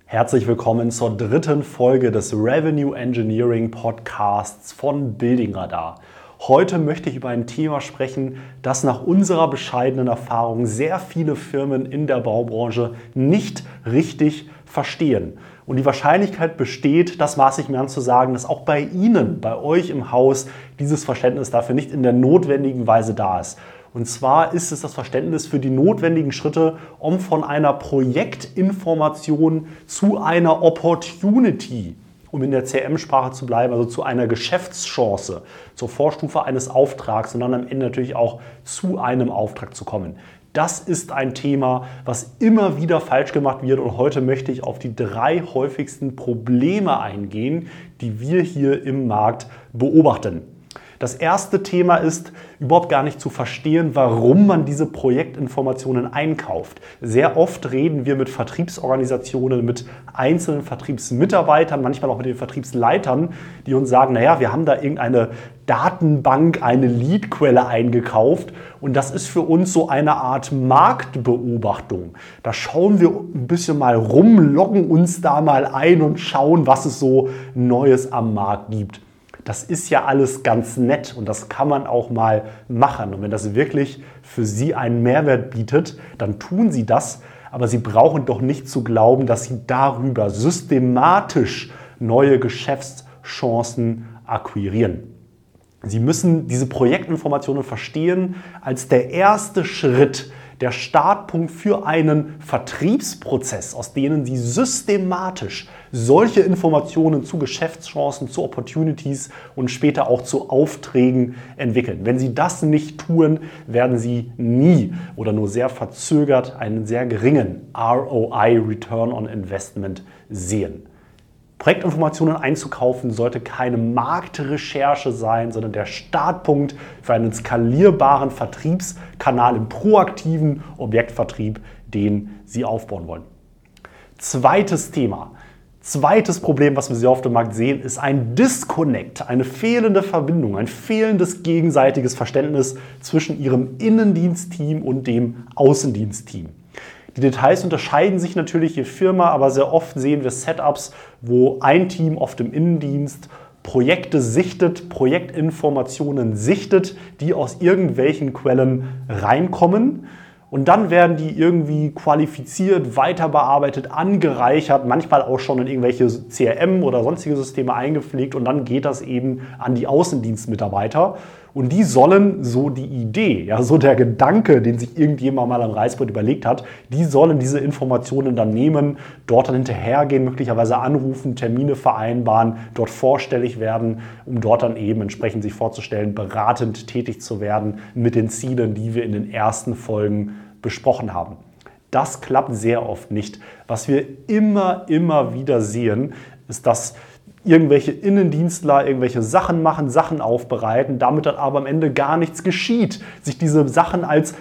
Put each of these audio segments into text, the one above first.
Herzlich willkommen zur dritten Folge des Revenue Engineering Podcasts von Building Radar. Heute möchte ich über ein Thema sprechen, das nach unserer bescheidenen Erfahrung sehr viele Firmen in der Baubranche nicht richtig verstehen. Und die Wahrscheinlichkeit besteht, das maße ich mir an zu sagen, dass auch bei Ihnen, bei euch im Haus, dieses Verständnis dafür nicht in der notwendigen Weise da ist. Und zwar ist es das Verständnis für die notwendigen Schritte, um von einer Projektinformation zu einer Opportunity, um in der CRM-Sprache zu bleiben, also zu einer Geschäftschance, zur Vorstufe eines Auftrags und dann am Ende natürlich auch zu einem Auftrag zu kommen. Das ist ein Thema, was immer wieder falsch gemacht wird, und heute möchte ich auf die 3 häufigsten Probleme eingehen, die wir hier im Markt beobachten. Das erste Thema ist, überhaupt gar nicht zu verstehen, warum man diese Projektinformationen einkauft. Sehr oft reden wir mit Vertriebsorganisationen, mit einzelnen Vertriebsmitarbeitern, manchmal auch mit den Vertriebsleitern, die uns sagen, naja, wir haben da irgendeine Datenbank, eine Leadquelle eingekauft, und das ist für uns so eine Art Marktbeobachtung. Da schauen wir ein bisschen mal rum, loggen uns da mal ein und schauen, was es so Neues am Markt gibt. Das ist ja alles ganz nett und das kann man auch mal machen. Und wenn das wirklich für Sie einen Mehrwert bietet, dann tun Sie das. Aber Sie brauchen doch nicht zu glauben, dass Sie darüber systematisch neue Geschäftschancen akquirieren. Sie müssen diese Projektinformationen verstehen als der erste Schritt, der Startpunkt für einen Vertriebsprozess, aus denen Sie systematisch solche Informationen zu Geschäftschancen, zu Opportunities und später auch zu Aufträgen entwickeln. Wenn Sie das nicht tun, werden Sie nie oder nur sehr verzögert einen sehr geringen ROI, Return on Investment, sehen. Projektinformationen einzukaufen sollte keine Marktrecherche sein, sondern der Startpunkt für einen skalierbaren Vertriebskanal im proaktiven Objektvertrieb, den Sie aufbauen wollen. Zweites Thema. Zweites Problem, was wir sehr oft im Markt sehen, ist ein Disconnect, eine fehlende Verbindung, ein fehlendes gegenseitiges Verständnis zwischen Ihrem Innendienstteam und dem Außendienstteam. Die Details unterscheiden sich natürlich je Firma, aber sehr oft sehen wir Setups, wo ein Team oft im Innendienst Projekte sichtet, Projektinformationen sichtet, die aus irgendwelchen Quellen reinkommen. Und dann werden die irgendwie qualifiziert, weiter bearbeitet, angereichert, manchmal auch schon in irgendwelche CRM oder sonstige Systeme eingepflegt, und dann geht das eben an die Außendienstmitarbeiter. Und die sollen, so die Idee, ja, so der Gedanke, den sich irgendjemand mal am Reißbrett überlegt hat, die sollen diese Informationen dann nehmen, dort dann hinterhergehen, möglicherweise anrufen, Termine vereinbaren, dort vorstellig werden, um dort dann eben entsprechend sich vorzustellen, beratend tätig zu werden mit den Zielen, die wir in den ersten Folgen besprochen haben. Das klappt sehr oft nicht. Was wir immer wieder sehen, ist, dass irgendwelche Innendienstler irgendwelche Sachen machen, Sachen aufbereiten, damit dann aber am Ende gar nichts geschieht. Sich diese Sachen als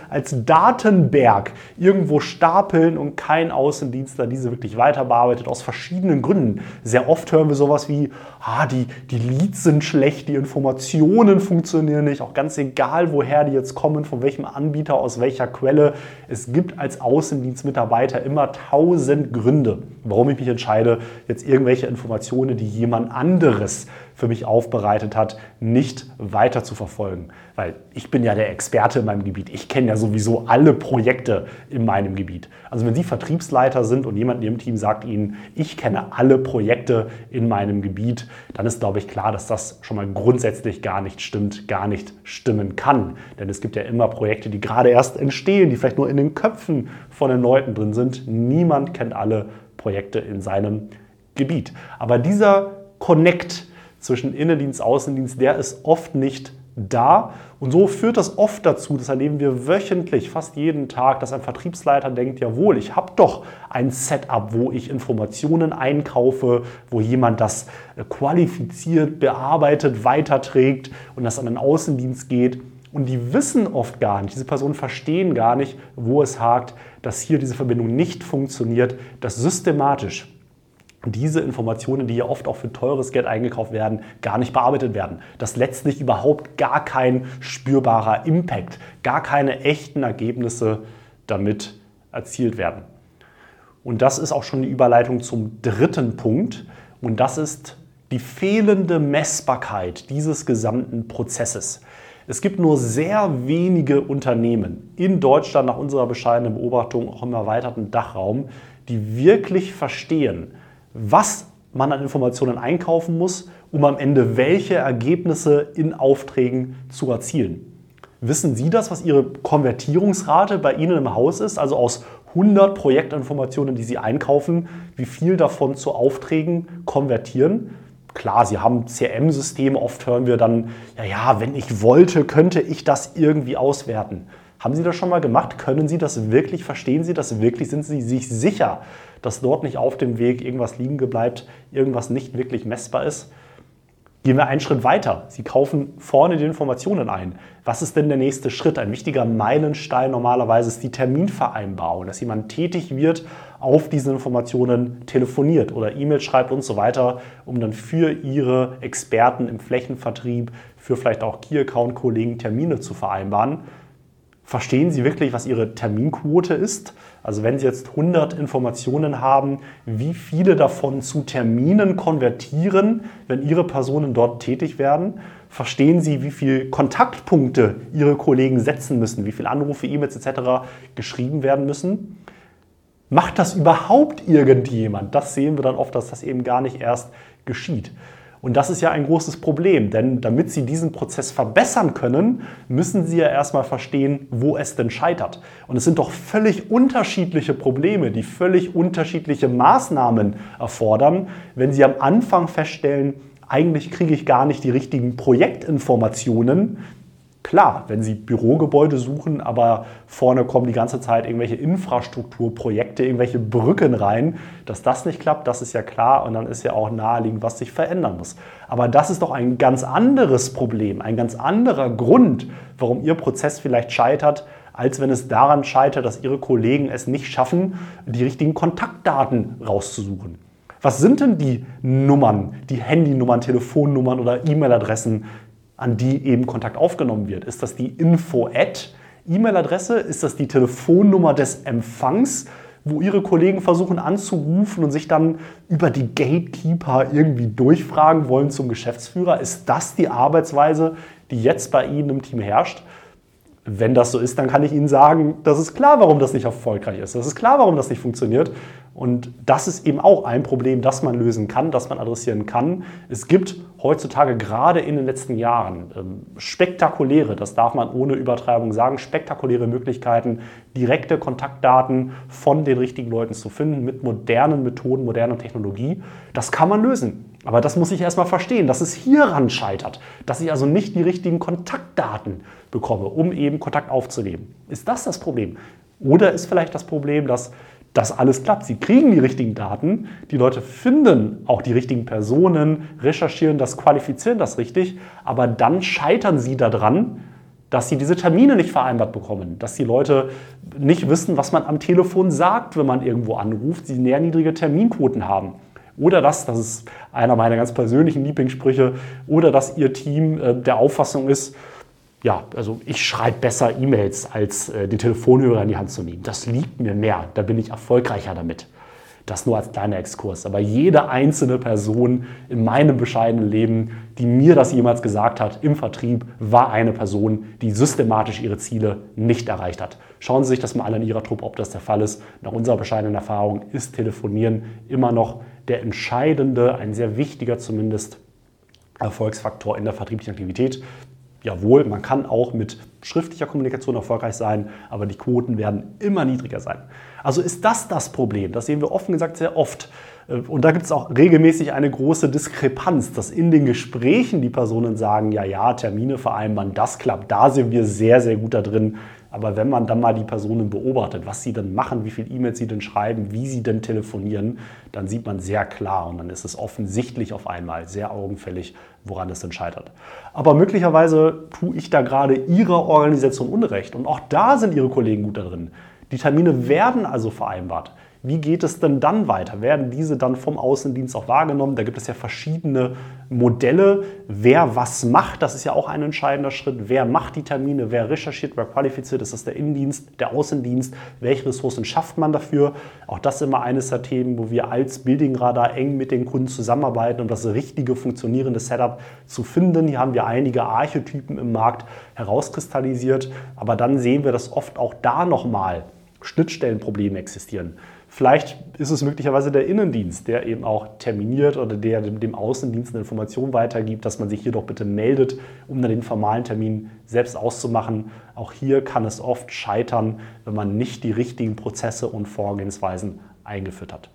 Datenberg irgendwo stapeln und kein Außendienstler diese wirklich weiter bearbeitet, aus verschiedenen Gründen. Sehr oft hören wir sowas wie, die Leads sind schlecht, die Informationen funktionieren nicht, auch ganz egal, woher die jetzt kommen, von welchem Anbieter, aus welcher Quelle. Es gibt als Außendienstmitarbeiter immer 1000 Gründe, warum ich mich entscheide, jetzt irgendwelche Informationen, die jemand anderes für mich aufbereitet hat, nicht weiter zu verfolgen. Weil ich bin ja der Experte in meinem Gebiet. Ich kenne ja sowieso alle Projekte in meinem Gebiet. Also wenn Sie Vertriebsleiter sind und jemand in Ihrem Team sagt Ihnen, ich kenne alle Projekte in meinem Gebiet, dann ist, glaube ich, klar, dass das schon mal grundsätzlich gar nicht stimmt, gar nicht stimmen kann. Denn es gibt ja immer Projekte, die gerade erst entstehen, die vielleicht nur in den Köpfen von den Leuten drin sind. Niemand kennt alle Projekte in seinem Gebiet. Aber dieser Connect zwischen Innendienst, Außendienst, der ist oft nicht da. Und so führt das oft dazu, das erleben wir wöchentlich, fast jeden Tag, dass ein Vertriebsleiter denkt, jawohl, ich habe doch ein Setup, wo ich Informationen einkaufe, wo jemand das qualifiziert, bearbeitet, weiterträgt und das an den Außendienst geht. Und die wissen oft gar nicht, diese Personen verstehen gar nicht, wo es hakt, dass hier diese Verbindung nicht funktioniert, dass systematisch diese Informationen, die ja oft auch für teures Geld eingekauft werden, gar nicht bearbeitet werden. Dass letztlich überhaupt gar kein spürbarer Impact, gar keine echten Ergebnisse damit erzielt werden. Und das ist auch schon die Überleitung zum dritten Punkt. Und das ist die fehlende Messbarkeit dieses gesamten Prozesses. Es gibt nur sehr wenige Unternehmen in Deutschland, nach unserer bescheidenen Beobachtung, auch im erweiterten Dachraum, die wirklich verstehen, was man an Informationen einkaufen muss, um am Ende welche Ergebnisse in Aufträgen zu erzielen. Wissen Sie das, was Ihre Konvertierungsrate bei Ihnen im Haus ist? Also aus 100 Projektinformationen, die Sie einkaufen, wie viel davon zu Aufträgen konvertieren? Klar, Sie haben CRM-Systeme, oft hören wir dann, ja, wenn ich wollte, könnte ich das irgendwie auswerten. Haben Sie das schon mal gemacht? Können Sie das wirklich? Verstehen Sie das wirklich? Sind Sie sich sicher, dass dort nicht auf dem Weg irgendwas liegen bleibt, irgendwas nicht wirklich messbar ist? Gehen wir einen Schritt weiter. Sie kaufen vorne die Informationen ein. Was ist denn der nächste Schritt? Ein wichtiger Meilenstein normalerweise ist die Terminvereinbarung, dass jemand tätig wird, auf diese Informationen telefoniert oder E-Mail schreibt und so weiter, um dann für Ihre Experten im Flächenvertrieb, für vielleicht auch Key-Account-Kollegen Termine zu vereinbaren. Verstehen Sie wirklich, was Ihre Terminquote ist? Also wenn Sie jetzt 100 Informationen haben, wie viele davon zu Terminen konvertieren, wenn Ihre Personen dort tätig werden? Verstehen Sie, wie viele Kontaktpunkte Ihre Kollegen setzen müssen, wie viele Anrufe, E-Mails etc. geschrieben werden müssen? Macht das überhaupt irgendjemand? Das sehen wir dann oft, dass das eben gar nicht erst geschieht. Und das ist ja ein großes Problem, denn damit Sie diesen Prozess verbessern können, müssen Sie ja erstmal verstehen, wo es denn scheitert. Und es sind doch völlig unterschiedliche Probleme, die völlig unterschiedliche Maßnahmen erfordern, wenn Sie am Anfang feststellen, eigentlich kriege ich gar nicht die richtigen Projektinformationen. Klar, wenn Sie Bürogebäude suchen, aber vorne kommen die ganze Zeit irgendwelche Infrastrukturprojekte, irgendwelche Brücken rein, dass das nicht klappt, das ist ja klar und dann ist ja auch naheliegend, was sich verändern muss. Aber das ist doch ein ganz anderes Problem, ein ganz anderer Grund, warum Ihr Prozess vielleicht scheitert, als wenn es daran scheitert, dass Ihre Kollegen es nicht schaffen, die richtigen Kontaktdaten rauszusuchen. Was sind denn die Nummern, die Handynummern, Telefonnummern oder E-Mail-Adressen, an die eben Kontakt aufgenommen wird? Ist das die Info-@E-Mail-Adresse? Ist das die Telefonnummer des Empfangs, wo Ihre Kollegen versuchen anzurufen und sich dann über die Gatekeeper irgendwie durchfragen wollen zum Geschäftsführer? Ist das die Arbeitsweise, die jetzt bei Ihnen im Team herrscht? Wenn das so ist, dann kann ich Ihnen sagen, das ist klar, warum das nicht erfolgreich ist. Das ist klar, warum das nicht funktioniert. Und das ist eben auch ein Problem, das man lösen kann, das man adressieren kann. Es gibt heutzutage gerade in den letzten Jahren spektakuläre, das darf man ohne Übertreibung sagen, spektakuläre Möglichkeiten, direkte Kontaktdaten von den richtigen Leuten zu finden mit modernen Methoden, moderner Technologie. Das kann man lösen. Aber das muss ich erstmal verstehen, dass es hieran scheitert, dass ich also nicht die richtigen Kontaktdaten bekomme, um eben Kontakt aufzunehmen. Ist das das Problem? Oder ist vielleicht das Problem, dass das alles klappt? Sie kriegen die richtigen Daten, die Leute finden auch die richtigen Personen, recherchieren das, qualifizieren das richtig, aber dann scheitern sie daran, dass sie diese Termine nicht vereinbart bekommen, dass die Leute nicht wissen, was man am Telefon sagt, wenn man irgendwo anruft, sie sehr niedrige Terminquoten haben. Oder das ist einer meiner ganz persönlichen Lieblingssprüche, oder dass Ihr Team der Auffassung ist, ja, also ich schreibe besser E-Mails, als den Telefonhörer in die Hand zu nehmen. Das liegt mir mehr, da bin ich erfolgreicher damit. Das nur als kleiner Exkurs. Aber jede einzelne Person in meinem bescheidenen Leben, die mir das jemals gesagt hat im Vertrieb, war eine Person, die systematisch ihre Ziele nicht erreicht hat. Schauen Sie sich das mal an in Ihrer Truppe, ob das der Fall ist. Nach unserer bescheidenen Erfahrung ist Telefonieren immer noch der entscheidende, ein sehr wichtiger zumindest Erfolgsfaktor in der vertrieblichen Aktivität. Jawohl, man kann auch mit schriftlicher Kommunikation erfolgreich sein, aber die Quoten werden immer niedriger sein. Also ist das Problem? Das sehen wir offen gesagt sehr oft. Und da gibt es auch regelmäßig eine große Diskrepanz, dass in den Gesprächen die Personen sagen, ja, Termine vereinbaren, das klappt, da sind wir sehr, sehr gut da drin. Aber wenn man dann mal die Personen beobachtet, was sie denn machen, wie viele E-Mails sie denn schreiben, wie sie denn telefonieren, dann sieht man sehr klar und dann ist es offensichtlich auf einmal sehr augenfällig, woran es denn scheitert. Aber möglicherweise tue ich da gerade Ihrer Organisation Unrecht und auch da sind Ihre Kollegen gut da drin. Die Termine werden also vereinbart. Wie geht es denn dann weiter? Werden diese dann vom Außendienst auch wahrgenommen? Da gibt es ja verschiedene Modelle. Wer was macht, das ist ja auch ein entscheidender Schritt. Wer macht die Termine? Wer recherchiert? Wer qualifiziert? Ist das der Innendienst, der Außendienst? Welche Ressourcen schafft man dafür? Auch das ist immer eines der Themen, wo wir als Building Radar eng mit den Kunden zusammenarbeiten, um das richtige, funktionierende Setup zu finden. Hier haben wir einige Archetypen im Markt herauskristallisiert. Aber dann sehen wir, dass oft auch da nochmal Schnittstellenprobleme existieren. Vielleicht ist es möglicherweise der Innendienst, der eben auch terminiert oder der dem Außendienst eine Information weitergibt, dass man sich hier doch bitte meldet, um dann den formalen Termin selbst auszumachen. Auch hier kann es oft scheitern, wenn man nicht die richtigen Prozesse und Vorgehensweisen eingeführt hat.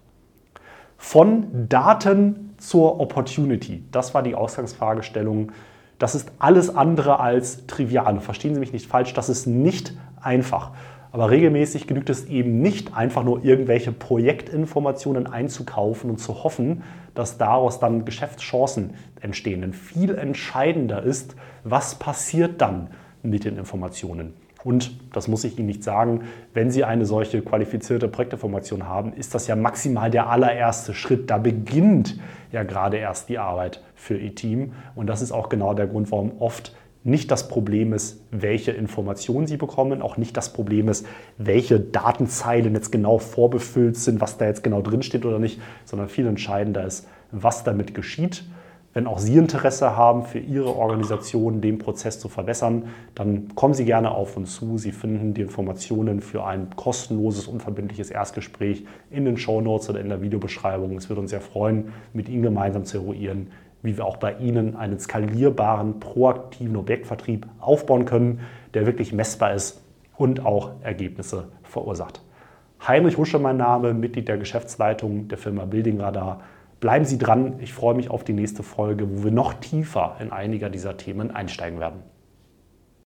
Von Daten zur Opportunity, das war die Ausgangsfragestellung. Das ist alles andere als trivial. Verstehen Sie mich nicht falsch, das ist nicht einfach. Aber regelmäßig genügt es eben nicht, einfach nur irgendwelche Projektinformationen einzukaufen und zu hoffen, dass daraus dann Geschäftschancen entstehen. Denn viel entscheidender ist, was passiert dann mit den Informationen. Und das muss ich Ihnen nicht sagen, wenn Sie eine solche qualifizierte Projektinformation haben, ist das ja maximal der allererste Schritt. Da beginnt ja gerade erst die Arbeit für Ihr Team. Und das ist auch genau der Grund, warum oft nicht das Problem ist, welche Informationen Sie bekommen, auch nicht das Problem ist, welche Datenzeilen jetzt genau vorbefüllt sind, was da jetzt genau drinsteht oder nicht, sondern viel entscheidender ist, was damit geschieht. Wenn auch Sie Interesse haben, für Ihre Organisation den Prozess zu verbessern, dann kommen Sie gerne auf uns zu. Sie finden die Informationen für ein kostenloses, unverbindliches Erstgespräch in den Shownotes oder in der Videobeschreibung. Es würde uns sehr freuen, mit Ihnen gemeinsam zu eruieren, wie wir auch bei Ihnen einen skalierbaren, proaktiven Objektvertrieb aufbauen können, der wirklich messbar ist und auch Ergebnisse verursacht. Heinrich Husche mein Name, Mitglied der Geschäftsleitung der Firma Building Radar. Bleiben Sie dran, ich freue mich auf die nächste Folge, wo wir noch tiefer in einiger dieser Themen einsteigen werden.